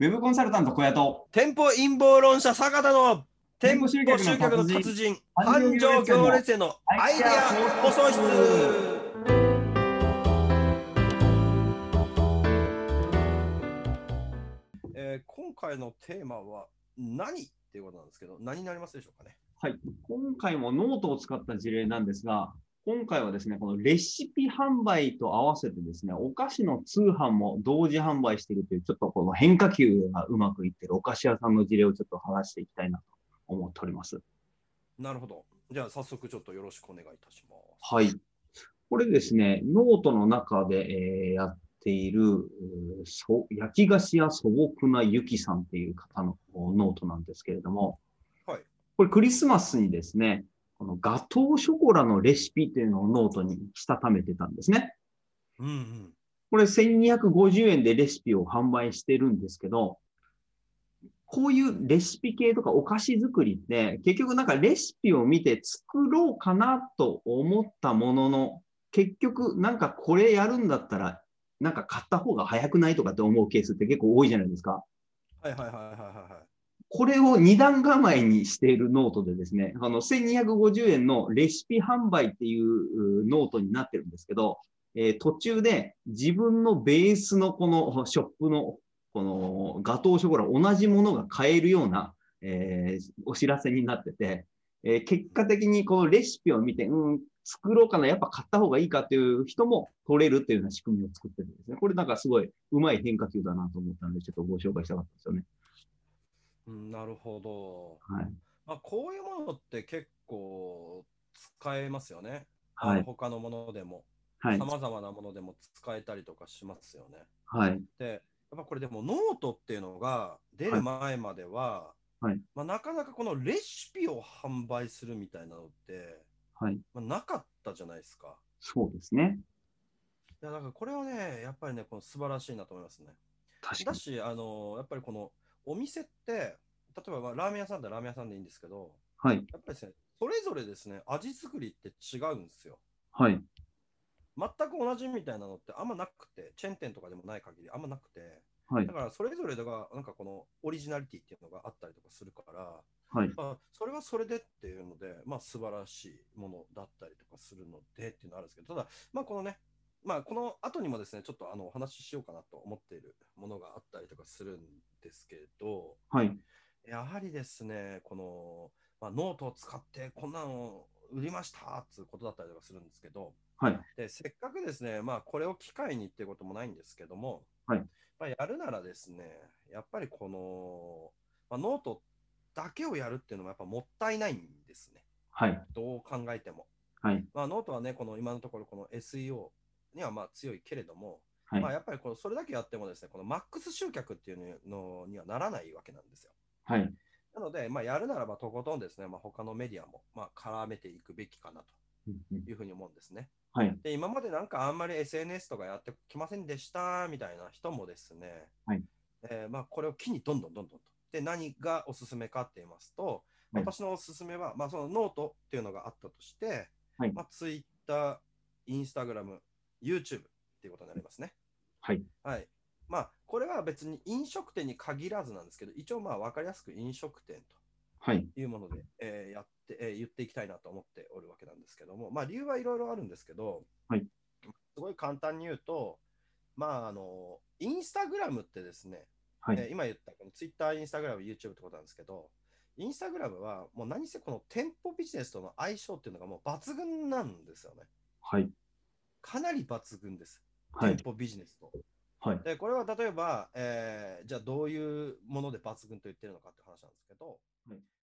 ウェブコンサルタント小屋と店舗陰謀論者坂田の店舗集店舗集客の客の達達人繁繁盛行列へのアイデア放送室。今回のテーマは何っていうことなんですけど、何になりますでしょうかね。 はい。今回もノートを使った事例なんですが、今回はですね、このレシピ販売と合わせてですね、お菓子の通販も同時販売しているという、ちょっとこの変化球がうまくいっているお菓子屋さんの事例をちょっと話していきたいなと思っております。 なるほど。じゃあ早速ちょっとよろしくお願いいたします。 はい。これですね、ノートの中で、やっている、焼き菓子屋素朴なゆきさんっていう方のノートなんですけれども、 はい。 これクリスマスにですね、このガトーショコラのレシピっていうのをノートにしたためてたんですね。 うんうん。 これ1250円でレシピを販売してるんですけど、こういうレシピ系とかお菓子作りって、結局なんかレシピを見て作ろうかなと思ったものの、結局なんかこれやるんだったら、なんか買った方が早くないとかって思うケースって結構多いじゃないですか。 はいはいはいはいはいはい。 これを二段構えにしているノートでですね、1250円のレシピ販売っていうノートになってるんですけど、途中で自分のベースのこのショップのこのガトーショコラ同じものが買えるような、お知らせになってて、結果的にこのレシピを見て、作ろうかな、やっぱ買った方がいいかっていう人も取れるっていうような仕組みを作ってるんですね。これなんかすごいうまい変化球だなと思ったので、ちょっとご紹介したかったですよね。 なるほど。 はい。 こういうものって結構使えますよね。 はい。 他のものでも、 はい。 さまざまなものでも使えたりとかしますよね。 はい。 で、やっぱこれでもノートっていうのが出はい。 る前までは、 はい。 なかなかこのレシピを販売するみたいなのって、 はい。 なかったじゃないですか。 そうですね。 いや、だからこれはね、やっぱりね、この素晴らしいなと思いますね。 確かに。 だし、やっぱりこのお店って、例えばラーメン屋さんだらラーメン屋さんでいいんですけど、 はい。 やっぱりですね、それぞれですね、味作りって違うんですよ。 はい。 全く同じみたいなのってあんまなくて、チェーン店とかでもない限りあんまなくて、 はい。 だからそれぞれがなんかこのオリジナリティっていうのがあったりとかするから、 はい。 それはそれでっていうので、素晴らしいものだったりとかするのでっていうのはあるんですけど、ただ、このね、この後にもですね、ちょっとお話ししようかなと思っているものがあったりとかするんですけど、 はい。 やはりですね、この、ノートを使ってこんなのを売りましたっていうことだったりとかするんですけど、 はい。 で、せっかくですね、これを機会にっていうこともないんですけども、 はい。 やるならですね、やっぱりこの、ノートだけをやるっていうのもやっぱもったいないんですね。 はい。 どう考えても。 はい。 ノートはね、この今のところこの SEO には強いけれども、 はい。 やっぱりこのそれだけやってもですね、このマックス集客っていうのにはならないわけなんですよ。 はい。 なので、やるならばとことんですね、他のメディアも絡めていくべきかなうんうん。 というふうに思うんですね。 はい。 で、今までなんかあんまり SNS とかやってきませんでしたみたいな人もですね、 はい。 これを機にどんどんどんどんと。で、何がおすすめかって言いますと、 はい。 私のおすすめは、そのノートっていうのがあったとして、 はい。 Twitter、Instagram、YouTube っていうことになりますね。 はい。 はい。これは別に飲食店に限らずなんですけど、一応分かりやすく飲食店はい。 というもので、やって、言っていきたいなと思っておるわけなんですけども、理由はいろいろあるんですけど、 はい。 すごい簡単に言うと、インスタグラムってですね、 はい。 今言ったこのツイッター、インスタグラム、YouTube ってことなんですけど、インスタグラムはもう何せこの店舗ビジネスとの相性っていうのがもう抜群なんですよね。 はい。 かなり抜群です。 はい。 店舗ビジネスと。 はい。 で、これは例えば、じゃあどういうもので抜群と言ってるのかって話なんですけど、 はい。